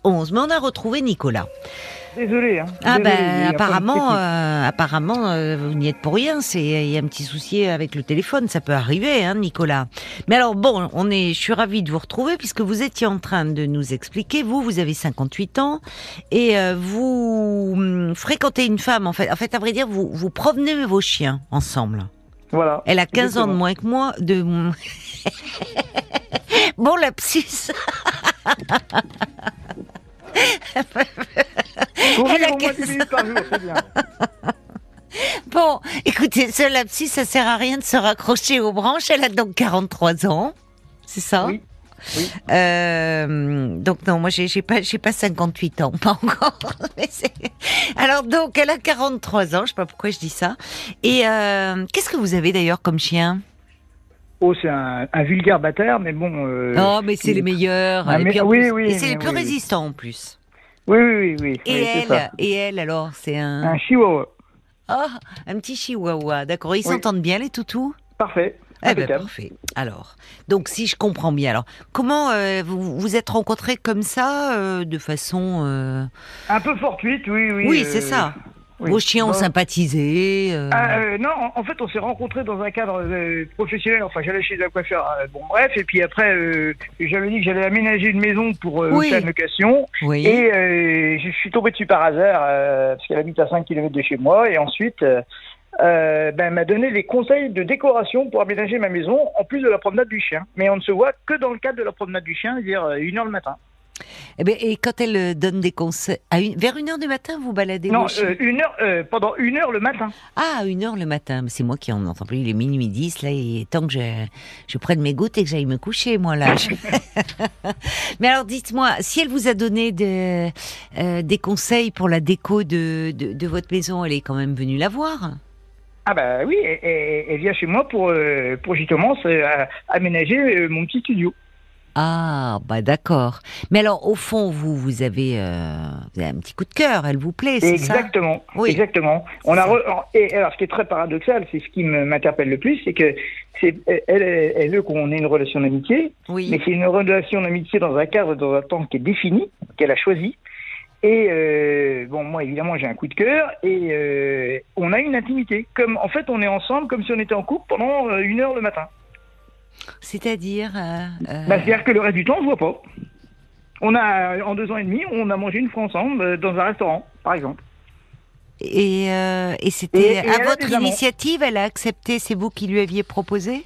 11. Mais on a retrouvé Nicolas. Désolé. Ah Désolé, ben il y a pas de apparemment, vous n'y êtes pour rien. Il y a un petit souci avec le téléphone, ça peut arriver, hein, Nicolas. Mais alors bon, je suis ravie de vous retrouver puisque vous étiez en train de nous expliquer. Vous avez 58 ans et vous fréquentez une femme. En fait, à vrai dire, vous promenez vos chiens ensemble. Voilà. Elle a 15 exactement. ans de moins que moi. Bon, lapsus. Pour Elle a vivre au moins 10 15 minutes par jour, c'est bien. Bon, écoutez, ce lapsus, ça sert à rien de se raccrocher aux branches. Elle a donc 43 ans, c'est ça? Oui. Oui. Donc non, moi j'ai pas 58 ans, pas encore. Alors donc, elle a 43 ans, je sais pas pourquoi je dis ça. Et qu'est-ce que vous avez d'ailleurs comme chien? Oh, c'est un vulgaire bâtard, mais bon. Oh, mais c'est les meilleurs. Ah, Et mais- puis, en oui, plus- oui, et c'est mais les plus oui, oui. résistants en plus. Oui, Et oui, c'est ça. elle alors, c'est Un chihuahua. un petit chihuahua, d'accord. Ils Oui. s'entendent bien les toutous? Parfait. Eh ben Impeccable. parfait. Alors, donc si je comprends bien, alors comment vous êtes rencontrés comme ça, de façon Un peu fortuite, oui. Oui, c'est ça. oui. Vos chiens ont Bon. sympathisé. Non, en fait, on s'est rencontrés dans un cadre professionnel. Enfin, j'allais chez un coiffeur. Bon, bref. Et puis après, j'avais dit que j'allais aménager une maison pour Oui. faire une location. Oui. Et je suis tombé dessus par hasard, parce qu'elle habite à 5 km de chez moi. Et ensuite, elle m'a donné les conseils de décoration pour aménager ma maison, en plus de la promenade du chien. Mais on ne se voit que dans le cadre de la promenade du chien, c'est-à-dire 1h le matin. Eh ben, et quand elle donne des conseils, vers 1h du matin, vous baladez Non, vos chiens? pendant 1h le matin. Ah, 1h le matin. Mais c'est moi qui en entends plus. Il est minuit 10, là, il est temps que je prenne mes gouttes et que j'aille me coucher, moi, là. Mais alors, dites-moi, si elle vous a donné des conseils pour la déco de votre maison, elle est quand même venue la voir? Ah bah oui, elle vient chez moi pour justement aménager mon petit studio. Ah, bah d'accord. Mais alors, au fond, vous avez un petit coup de cœur, elle vous plaît, c'est ça? Exactement, Oui. exactement. Et alors, ce qui est très paradoxal, c'est ce qui m'interpelle le plus, c'est que elle veut qu'on ait une relation d'amitié, Oui. mais c'est une relation d'amitié dans un cadre, dans un temps qui est défini, qu'elle a choisi. Et bon, moi évidemment j'ai un coup de cœur et on a une intimité. Comme en fait on est ensemble comme si on était en couple pendant 1h le matin. C'est-à-dire C'est-à-dire que le reste du temps on se voit pas. En 2 ans et demi, on a mangé une fois ensemble dans un restaurant, par exemple. Et c'était Et à elle a votre des amants. initiative, elle a accepté, c'est vous qui lui aviez proposé?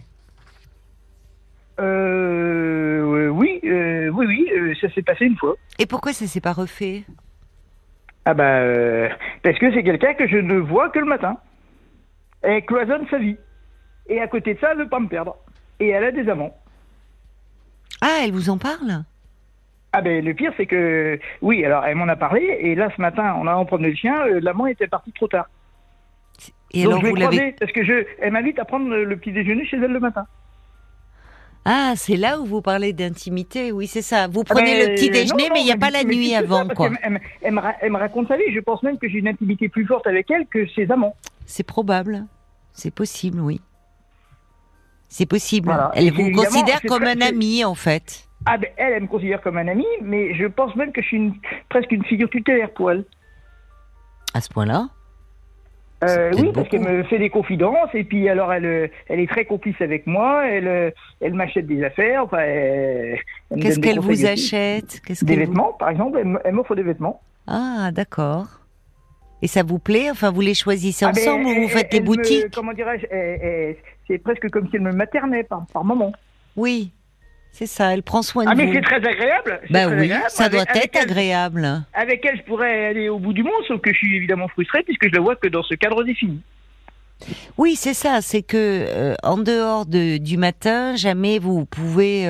Oui, ça s'est passé une fois. Et pourquoi ça s'est pas refait? Ah parce que c'est quelqu'un que je ne vois que le matin. Elle cloisonne sa vie. Et à côté de ça, elle veut pas me perdre. Et elle a des amants. Ah, elle vous en parle? Le pire, c'est que, oui, alors elle m'en a parlé, et là, ce matin, en allant prendre le chien, l'amant était parti trop tard. Et Donc alors je vous l'ai l'avez... croisé, parce que elle m'invite à prendre le petit déjeuner chez elle le matin. Ah, c'est là où vous parlez d'intimité, oui, c'est ça. Vous prenez le petit déjeuner, mais il n'y a pas la nuit avant, quoi. Elle me raconte sa vie, je pense même que j'ai une intimité plus forte avec elle que ses amants. C'est probable. C'est possible, oui. C'est possible. Voilà. Elle Et vous évidemment, considère c'est comme très- un ami, en fait. Elle me considère comme un ami, mais je pense même que je suis presque une figure tutélaire pour elle. À ce point-là? C'est Oui, peut-être parce qu'elle beaucoup. me fait des confidences, et puis alors elle est très complice avec moi, elle m'achète des affaires, enfin, elle me Qu'est-ce donne des qu'elle conseils vous aussi. achète? Qu'est-ce Des qu'elle vous... vêtements, par exemple, elle m'offre des vêtements. Ah, d'accord. Et ça vous plaît? Enfin, vous les choisissez Ah, ensemble ou vous faites les elle boutiques? comment dirais-je, c'est presque comme si elle me maternait par moment. Oui, c'est ça, elle prend soin de Mais vous. c'est très agréable. c'est Bah très oui, agréable. ça doit Avec être agréable. Avec elle, je pourrais aller au bout du monde, sauf que je suis évidemment frustré puisque je la vois que dans ce cadre défini. Oui, c'est ça, c'est que en dehors du matin, jamais vous pouvez,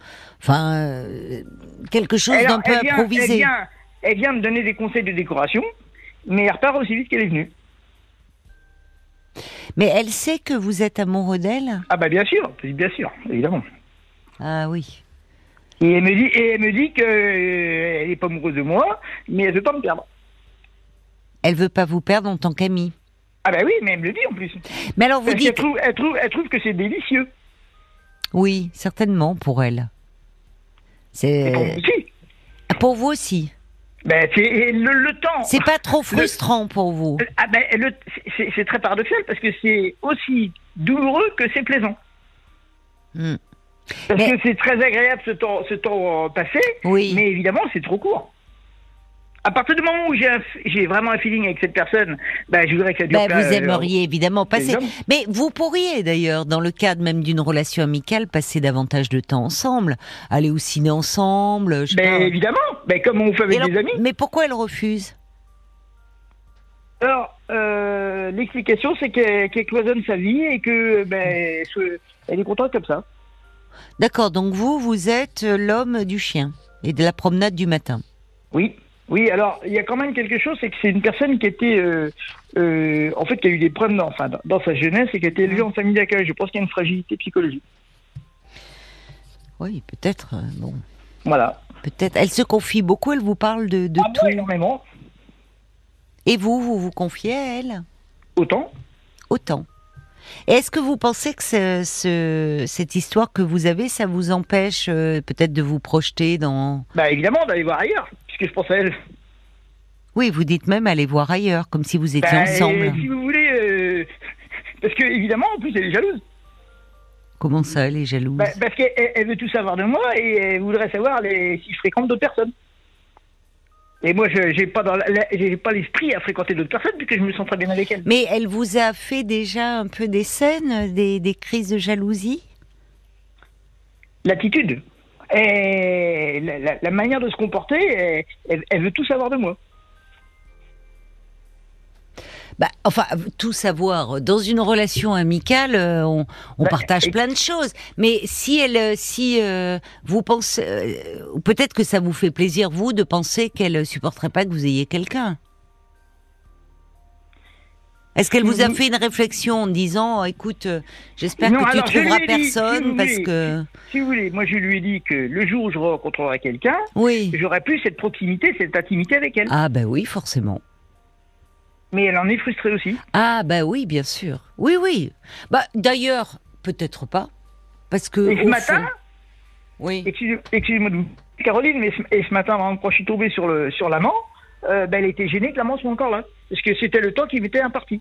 quelque chose Alors, d'un peu improvisé. Elle vient me donner des conseils de décoration, mais elle repart aussi vite qu'elle est venue. Mais elle sait que vous êtes amoureux d'elle? Bien sûr, évidemment. Ah oui. Et elle me dit que elle est pas amoureuse de moi, mais elle veut pas me perdre. Elle veut pas vous perdre en tant qu'amie. Oui, mais elle me le dit en plus. Mais alors vous Parce qu'elle dites... elle trouve que c'est délicieux. Oui, certainement pour elle. Et pour moi aussi. Pour vous aussi. Ben, c'est le temps. C'est pas trop frustrant pour vous? Ah ben, c'est très paradoxal parce que c'est aussi douloureux que c'est plaisant. Hmm. Parce que c'est très agréable ce temps passé, Oui. mais évidemment c'est trop court. À partir du moment où j'ai vraiment un feeling avec cette personne, ben, je voudrais que ça dure. Vous aimeriez évidemment passer. évidemment. Mais vous pourriez d'ailleurs, dans le cadre même d'une relation amicale, passer davantage de temps ensemble, aller au ciné ensemble. Je sais Ben pas. évidemment, ben, comme on fait avec Et alors, des amis. mais pourquoi elle refuse? Alors, l'explication c'est qu'elle cloisonne sa vie et que ben, elle est contente comme ça. D'accord, donc vous êtes l'homme du chien et de la promenade du matin. Oui. Oui, alors il y a quand même quelque chose, c'est que c'est une personne qui était, en fait, qui a eu des problèmes dans sa jeunesse et qui a été élevée en famille d'accueil. Je pense qu'il y a une fragilité psychologique. Oui, peut-être. Bon, Voilà. peut-être. Elle se confie beaucoup. Elle vous parle de Ah tout. bon, énormément. Et vous confiez à elle Autant. autant. Et est-ce que vous pensez que cette histoire que vous avez, ça vous empêche peut-être de vous projeter dans... Bah évidemment, d'aller voir ailleurs, puisque je pense à elle. Oui, vous dites même aller voir ailleurs, comme si vous étiez Bah, ensemble. si vous voulez, parce que évidemment, en plus, elle est jalouse. Comment ça, elle est jalouse? Bah, parce qu'elle veut tout savoir de moi et elle voudrait savoir si je fréquente d'autres personnes. Et moi, j'ai pas l'esprit à fréquenter d'autres personnes puisque je me sens très bien avec elle. Mais elle vous a fait déjà un peu des scènes, des crises de jalousie? L'attitude, et la manière de se comporter, elle veut tout savoir de moi. Enfin, tout savoir. Dans une relation amicale, on partage plein de choses. Mais si vous pensez, peut-être que ça vous fait plaisir, vous, de penser qu'elle supporterait pas que vous ayez quelqu'un. Est-ce qu'elle vous a fait une réflexion en disant, écoute, j'espère que tu trouveras personne parce que... Si vous voulez, moi je lui ai dit que le jour où je rencontrerai quelqu'un, oui, j'aurai plus cette proximité, cette intimité avec elle. Ah oui, forcément. Mais elle en est frustrée aussi. Ah oui, bien sûr. Oui, oui. D'ailleurs, peut-être pas. Parce que... Et ce matin, oui. excusez-moi de vous... Caroline, mais ce matin, quand je suis tombé sur l'amant, elle était gênée que l'amant soit encore là. Parce que c'était le temps qui m'était imparti.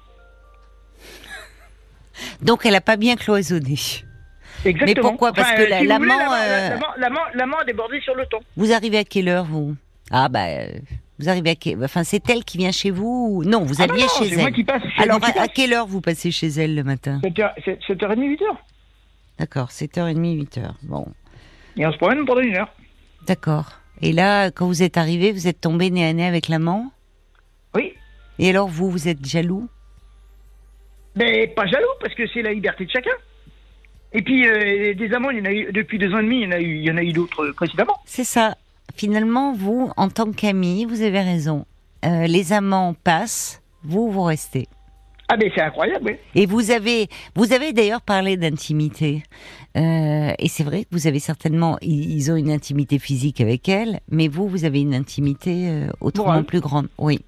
Donc elle n'a pas bien cloisonné. Exactement. Mais pourquoi? Parce que si l'amant... l'amant a débordé sur le temps. Vous arrivez à quelle heure, vous? Vous arrivez à quelle... Enfin, c'est elle qui vient chez vous? Non, vous alliez chez elle. C'est moi qui passe. Alors, à quelle heure vous passez chez elle le matin? 7h30, 8h. D'accord, 7h30, 8h. Bon. Et on se promène pendant 1 heure. D'accord. Et là, quand vous êtes arrivé, vous êtes tombé nez à nez avec l'amant? Oui. Et alors, vous êtes jaloux? Mais pas jaloux, parce que c'est la liberté de chacun. Et puis, des amants, il y en a eu, depuis 2 ans et demi, il y en a eu d'autres précédemment. C'est ça. Finalement, vous, en tant qu'ami, vous avez raison. Les amants passent, vous restez. Ah ben c'est incroyable, oui. Et vous avez d'ailleurs parlé d'intimité. Et c'est vrai que vous avez certainement, ils ont une intimité physique avec elle, mais vous avez une intimité autrement plus grande. Oui.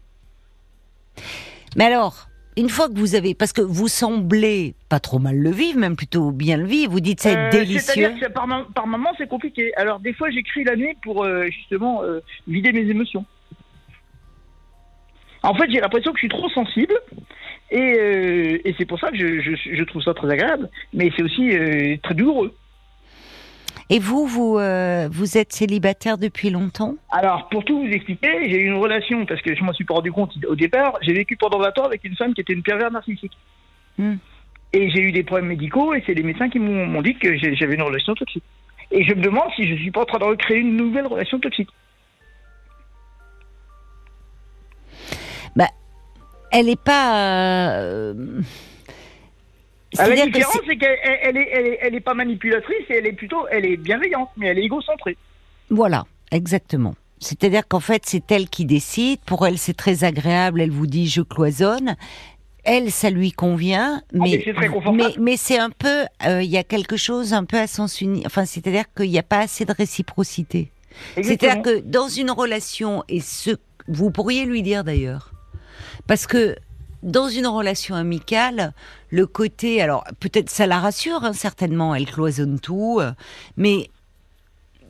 Mais alors, une fois que vous avez, parce que vous semblez pas trop mal le vivre, même plutôt bien le vivre, vous dites c'est délicieux. C'est-à-dire que par moment c'est compliqué. Alors des fois j'écris la nuit pour justement vider mes émotions. En fait j'ai l'impression que je suis trop sensible et c'est pour ça que je trouve ça très agréable, mais c'est aussi très douloureux. Et vous êtes célibataire depuis longtemps? Alors, pour tout vous expliquer, j'ai eu une relation, parce que je m'en suis pas rendu compte au départ, j'ai vécu pendant 20 ans avec une femme qui était une pervers narcissique. Et j'ai eu des problèmes médicaux, et c'est les médecins qui m'ont dit que j'avais une relation toxique. Et je me demande si je suis pas en train de recréer une nouvelle relation toxique. Elle est pas... La différence, c'est qu'elle est pas manipulatrice, et elle est bienveillante, mais elle est égocentrée. Voilà, exactement. C'est-à-dire qu'en fait, c'est elle qui décide. Pour elle, c'est très agréable. Elle vous dit, je cloisonne. Elle, ça lui convient, mais c'est très confortable. Mais c'est un peu, il y a quelque chose un peu à sens unique. Enfin, c'est-à-dire qu'il n'y a pas assez de réciprocité. Exactement. C'est-à-dire que dans une relation, vous pourriez lui dire d'ailleurs, parce que dans une relation amicale, le côté, alors peut-être ça la rassure, hein, certainement, elle cloisonne tout, mais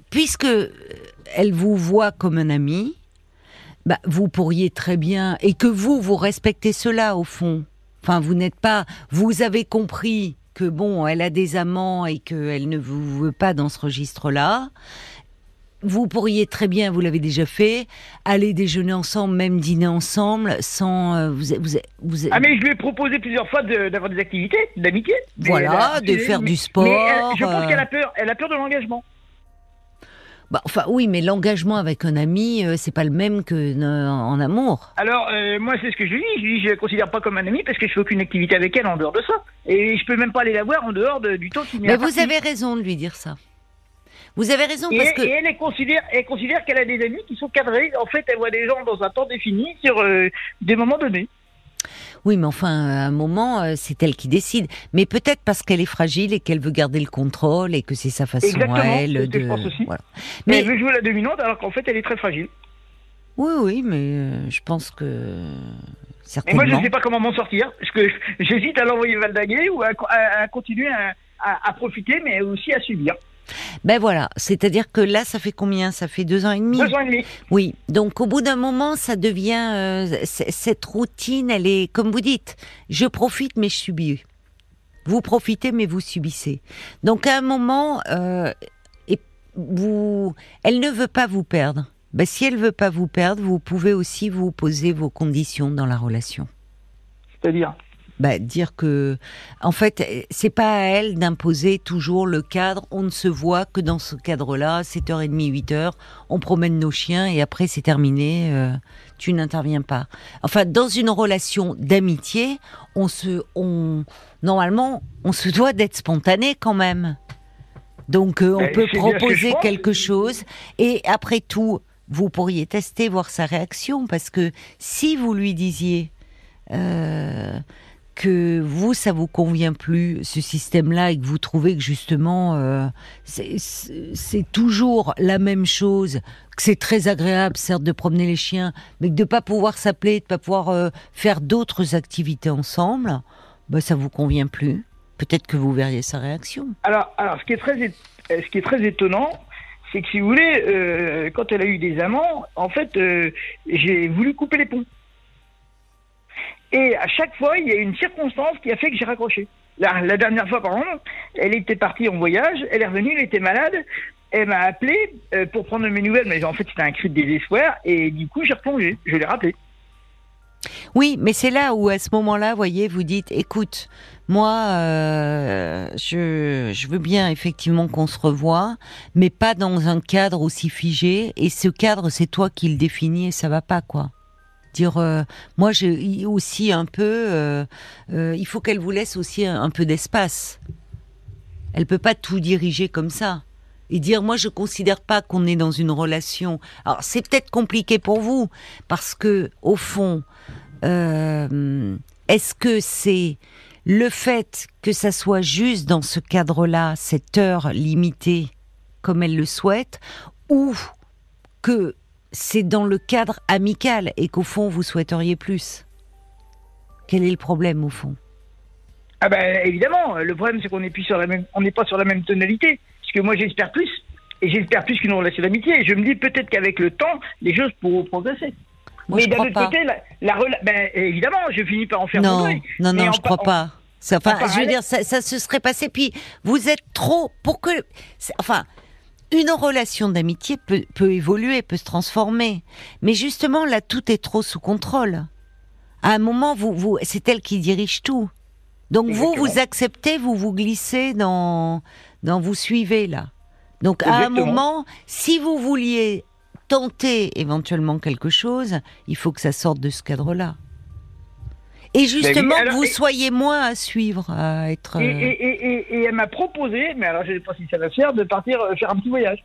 puisque elle vous voit comme un ami, bah, vous pourriez très bien, et que vous respectez cela au fond. Enfin, vous avez compris que bon, elle a des amants et qu'elle ne vous veut pas dans ce registre-là. Vous pourriez très bien, vous l'avez déjà fait, aller déjeuner ensemble, même dîner ensemble, sans Ah mais je lui ai proposé plusieurs fois d'avoir des activités d'amitié. Voilà, de faire du sport. Mais je pense qu'elle a peur. Elle a peur de l'engagement. Bah, enfin oui, mais l'engagement avec un ami, c'est pas le même que en amour. Alors moi c'est ce que je lui dis. Je lui dis je la considère pas comme un ami parce que je fais aucune activité avec elle en dehors de ça. Et je peux même pas aller la voir en dehors du temps qui m'est Mais vous avez raison de lui dire ça. Vous avez raison parce que... Et elle considère qu'elle a des amis qui sont cadrés. En fait, elle voit des gens dans un temps défini sur des moments donnés. Oui, mais enfin, à un moment, c'est elle qui décide. Mais peut-être parce qu'elle est fragile et qu'elle veut garder le contrôle et que c'est sa façon à elle de... Je pense aussi. Voilà. Mais elle veut jouer la dominante alors qu'en fait, elle est très fragile. Oui, mais je pense que... Mais Certainement. moi, je ne sais pas comment m'en sortir. Parce que j'hésite à l'envoyer valdaguer ou à continuer à profiter, mais aussi à subir. Ben voilà, c'est-à-dire que là, ça fait combien ? Ça fait 2 ans et demi ? 2 ans et demi. Oui, donc au bout d'un moment, ça devient... cette routine, elle est, comme vous dites, je profite mais je subis. Vous profitez mais vous subissez. Donc à un moment, elle ne veut pas vous perdre. Ben, si elle veut pas vous perdre, vous pouvez aussi vous poser vos conditions dans la relation. C'est-à-dire ? Bah, dire que, en fait, c'est pas à elle d'imposer toujours le cadre. On ne se voit que dans ce cadre-là, 7h30, 8h. On promène nos chiens et après c'est terminé. Tu n'interviens pas. Enfin, dans une relation d'amitié, normalement, on se doit d'être spontané quand même. Donc, on peut proposer quelque chose. Et après tout, vous pourriez tester, voir sa réaction, parce que si vous lui disiez. Que vous, ça vous convient plus, ce système-là, et que vous trouvez que justement, c'est toujours la même chose, que c'est très agréable, certes, de promener les chiens, mais que de ne pas pouvoir s'appeler, de ne pas pouvoir faire d'autres activités ensemble, bah, ça vous convient plus. Peut-être que vous verriez sa réaction. Alors, ce qui est très étonnant, c'est que si vous voulez, quand elle a eu des amants, en fait, j'ai voulu couper les ponts. Et à chaque fois, il y a une circonstance qui a fait que j'ai raccroché. La dernière fois, par exemple, elle était partie en voyage, elle est revenue, elle était malade, elle m'a appelé pour prendre mes nouvelles, mais en fait c'était un cri de désespoir, et du coup j'ai replongé, je l'ai rappelé. Oui, mais c'est là où à ce moment-là, voyez, vous dites, écoute, moi, je veux bien effectivement qu'on se revoie, mais pas dans un cadre aussi figé, et ce cadre, c'est toi qui le définis, et ça va pas, quoi. Dire, moi j'ai aussi un peu, il faut qu'elle vous laisse aussi un peu d'espace. Elle peut pas tout diriger comme ça et dire moi je considère pas qu'on est dans une relation. Alors c'est peut-être compliqué pour vous parce que au fond, est-ce que c'est le fait que ça soit juste dans ce cadre-là, cette heure limitée comme elle le souhaite, ou que c'est dans le cadre amical et qu'au fond vous souhaiteriez plus? Quel est le problème au fond? Ah ben évidemment, le problème c'est qu'on n'est pas sur la même tonalité. Parce que moi j'espère plus, et j'espère plus qu'une relation d'amitié. Et je me dis peut-être qu'avec le temps, les choses pourront progresser. Moi, mais d'un autre côté, évidemment, je finis par en faire mon deuil. Non, je crois pas. Enfin, je veux dire, ça se serait passé. Puis vous êtes trop pour que. Enfin. Une relation d'amitié peut évoluer, peut se transformer. Mais justement, là, tout est trop sous contrôle. À un moment, c'est elle qui dirige tout. Donc vous acceptez, vous glissez dans vous suivez, là. Donc à un moment, si vous vouliez tenter éventuellement quelque chose, il faut que ça sorte de ce cadre-là. Et justement, vous soyez moins à suivre, à être... Et elle m'a proposé, mais alors je ne sais pas si ça va faire, de partir faire un petit voyage.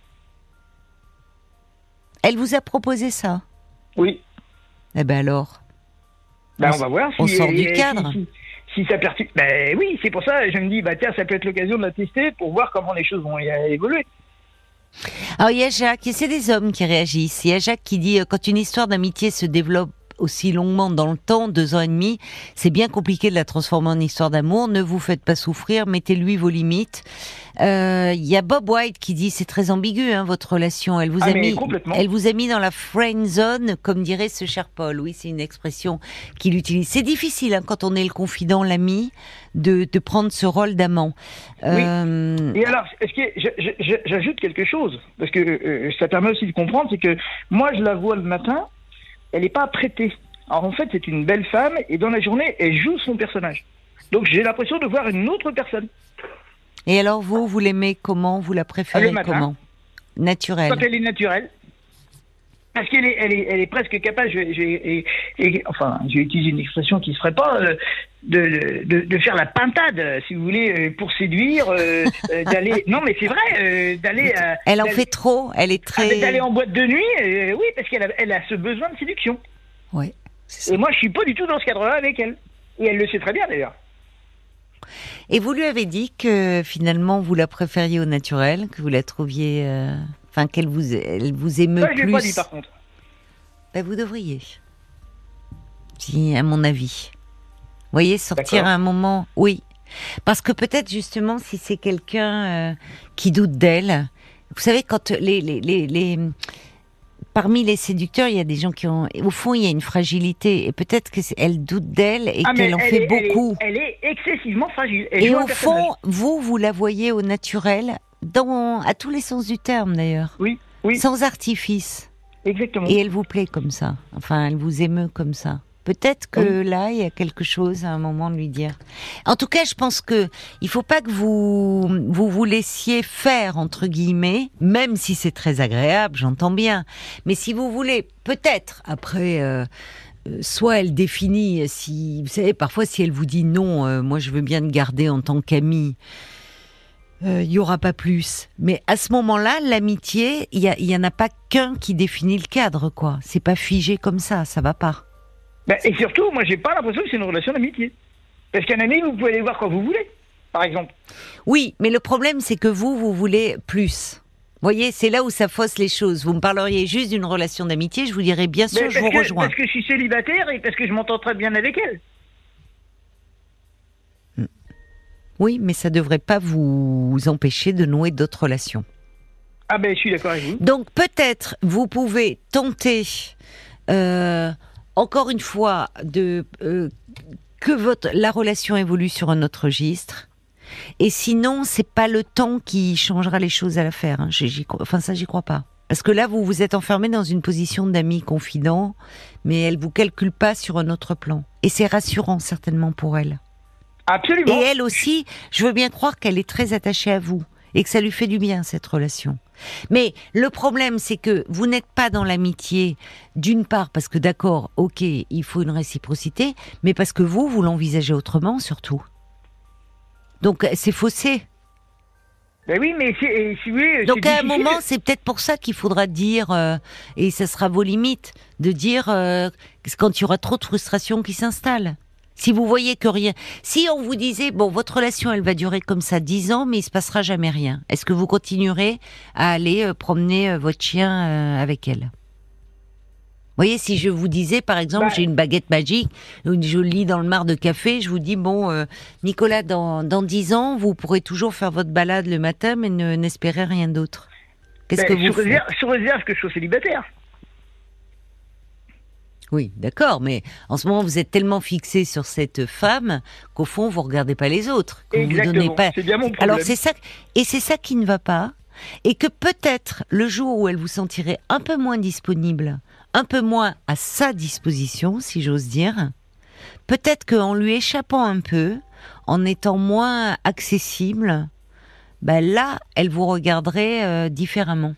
Elle vous a proposé ça? Oui. Eh ben alors on va voir. On sort du cadre. Si ça perturbe... Ben oui, c'est pour ça, je me dis, tiens, ça peut être l'occasion de la tester pour voir comment les choses vont évoluer. Alors il y a Jacques, et c'est des hommes qui réagissent. Il y a Jacques qui dit, quand une histoire d'amitié se développe aussi longuement dans le temps, 2 ans et demi, c'est bien compliqué de la transformer en histoire d'amour. Ne vous faites pas souffrir, mettez-lui vos limites. Il y a Bob White qui dit c'est très ambigu votre relation. Elle vous a mis dans la friend zone, comme dirait ce cher Paul. Oui, c'est une expression qu'il utilise. C'est difficile quand on est le confident, l'ami, de prendre ce rôle d'amant. Oui. Et alors, j'ajoute quelque chose, parce que ça permet aussi de comprendre, c'est que moi je la vois le matin, elle n'est pas apprêtée. Alors en fait, c'est une belle femme, et dans la journée, elle joue son personnage. Donc j'ai l'impression de voir une autre personne. Et alors vous l'aimez comment? Vous la préférez comment? Naturelle. Quand elle est naturelle. Parce qu'elle est presque capable, enfin, j'ai utilisé une expression qui ne se ferait pas, de faire la pintade, si vous voulez, pour séduire, d'aller... Non, mais c'est vrai, d'aller... Elle en fait trop, elle est très... D'aller en boîte de nuit, oui, parce qu'elle a ce besoin de séduction. Oui, c'est ça. Et moi, je ne suis pas du tout dans ce cadre-là avec elle. Et elle le sait très bien, d'ailleurs. Et vous lui avez dit que, finalement, vous la préfériez au naturel, que vous la trouviez... Enfin, elle vous émeut plus. Je l'ai pas dit, par contre. Ben, vous devriez. Si, à mon avis. Vous voyez, sortir à un moment... Oui. Parce que peut-être, justement, si c'est quelqu'un qui doute d'elle... Vous savez, quand parmi les séducteurs, il y a des gens qui ont... Au fond, il y a une fragilité. Et peut-être qu'elle doute d'elle et qu'elle en fait beaucoup. Elle est excessivement fragile. Et au fond, vous la voyez au naturel... à tous les sens du terme d'ailleurs. Oui. Sans artifice. Exactement. Et elle vous plaît comme ça. Enfin, elle vous émeut comme ça. Peut-être que là, il y a quelque chose à un moment de lui dire. En tout cas, je pense que il faut pas que vous laissiez faire, entre guillemets, même si c'est très agréable, j'entends bien. Mais si vous voulez, peut-être, après... soit elle définit, vous savez, parfois si elle vous dit non, moi je veux bien te garder en tant qu'amie, il y aura pas plus. Mais à ce moment-là, l'amitié, il y en a pas qu'un qui définit le cadre, quoi. C'est pas figé comme ça va pas. Et surtout, moi, j'ai pas l'impression que c'est une relation d'amitié. Parce qu'un ami, vous pouvez aller voir quand vous voulez, par exemple. Oui, mais le problème, c'est que vous voulez plus. Vous voyez, c'est là où ça fausse les choses. Vous me parleriez juste d'une relation d'amitié, je vous dirais bien sûr, je vous rejoins. Parce que je suis célibataire et parce que je m'entends très bien avec elle. Oui, mais ça ne devrait pas vous empêcher de nouer d'autres relations. Ah ben, je suis d'accord avec vous. Donc peut-être vous pouvez tenter, encore une fois, que la relation évolue sur un autre registre. Et sinon, c'est pas le temps qui changera les choses à l'affaire. J'y crois pas. Parce que là, vous êtes enfermé dans une position d'ami confident, mais elle vous calcule pas sur un autre plan. Et c'est rassurant certainement pour elle. Absolument. Et elle aussi, je veux bien croire qu'elle est très attachée à vous et que ça lui fait du bien cette relation. Mais le problème, c'est que vous n'êtes pas dans l'amitié, d'une part parce que d'accord, ok, il faut une réciprocité, mais parce que vous l'envisagez autrement surtout. Donc c'est faussé. Ben oui, mais si vous voulez, donc à un moment, c'est peut-être pour ça qu'il faudra dire, et ça sera vos limites, de dire quand il y aura trop de frustration qui s'installe. Si vous voyez que rien... Si on vous disait, bon, votre relation, elle va durer comme ça 10 ans, mais il se passera jamais rien. Est-ce que vous continuerez à aller promener votre chien avec elle? Vous voyez, si je vous disais, par exemple, j'ai une baguette magique, je lis dans le mar de café, je vous dis, bon, Nicolas, dans 10 ans, vous pourrez toujours faire votre balade le matin, mais n'espérez rien d'autre. Qu'est-ce que vous faites? Sous réserve que je sois célibataire. Oui, d'accord, mais en ce moment, vous êtes tellement fixé sur cette femme qu'au fond, vous regardez pas les autres. Exactement, vous donnez pas... c'est bien mon problème. Alors, c'est ça qui ne va pas, et que peut-être, le jour où elle vous sentirait un peu moins disponible, un peu moins à sa disposition, si j'ose dire, peut-être qu'en lui échappant un peu, en étant moins accessible, là, elle vous regarderait différemment.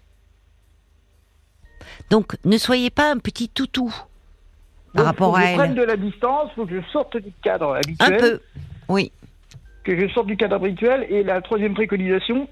Donc, ne soyez pas un petit toutou. Par rapport à elle. Faut que je prenne de la distance, faut que je sorte du cadre habituel. Un peu, oui. Que je sorte du cadre habituel. Et la troisième préconisation...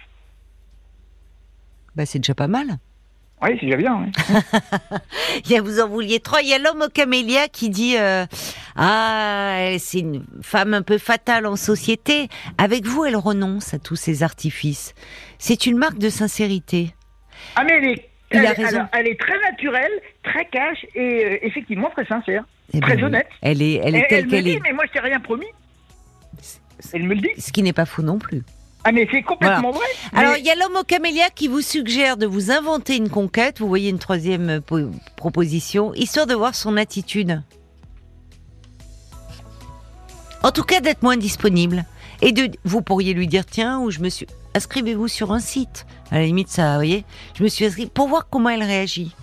c'est déjà pas mal. Oui, c'est déjà bien. Oui. Vous en vouliez 3. Il y a l'homme au camélia qui dit c'est une femme un peu fatale en société. Avec vous, elle renonce à tous ces artifices. C'est une marque de sincérité. Ah mais Il a raison. Alors, elle est très naturelle, très cash et effectivement très sincère, Eh ben très oui. honnête. Elle est Et telle elle me qu'elle dit, est. mais moi je t'ai rien promis. Elle me le dit. Ce qui n'est pas fou non plus. Ah mais c'est complètement vrai. Alors, Mais- il y a l'homme au camélia qui vous suggère de vous inventer une conquête. Vous voyez une troisième proposition, histoire de voir son attitude. En tout cas, d'être moins disponible. Et vous pourriez lui dire, tiens, ou je me suis... Inscrivez-vous sur un site. À la limite, ça, vous voyez. Je me suis inscrite pour voir comment elle réagit.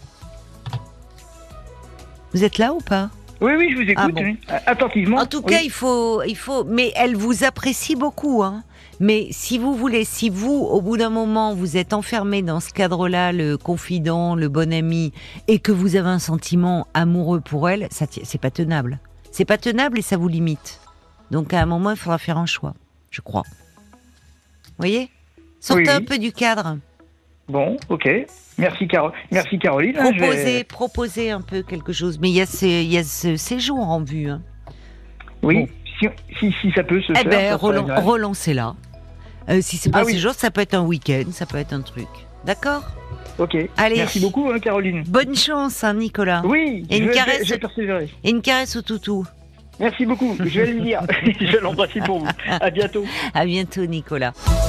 Vous êtes là ou pas? Oui, oui, je vous écoute, Ah bon. oui. Attentivement. En tout Oui. cas, il faut, mais elle vous apprécie beaucoup, hein. Mais si vous voulez, si vous, au bout d'un moment, vous êtes enfermé dans ce cadre-là, le confident, le bon ami, et que vous avez un sentiment amoureux pour elle, c'est pas tenable. C'est pas tenable et ça vous limite. Donc, à un moment, il faudra faire un choix, je crois. Vous voyez? Sortez Oui. un peu du cadre. Bon, ok. Merci, Merci Caroline. hein, je vais- Proposez un peu quelque chose. Mais il y a ce séjour en vue, hein. Oui, Bon. si ça peut se Eh faire. ben, ça serait agréable. relancez-la. Si c'est pas Ah oui. ce jour, ça peut être un week-end, ça peut être un truc. D'accord? Ok. Allez. Merci beaucoup, hein, Caroline. Bonne chance, hein, Nicolas. Oui, Et une caresse. je vais persévérer. Et une caresse au toutou. Merci beaucoup. Je vais le dire. Je vais l'embrasser pour vous. À bientôt. À bientôt, Nicolas.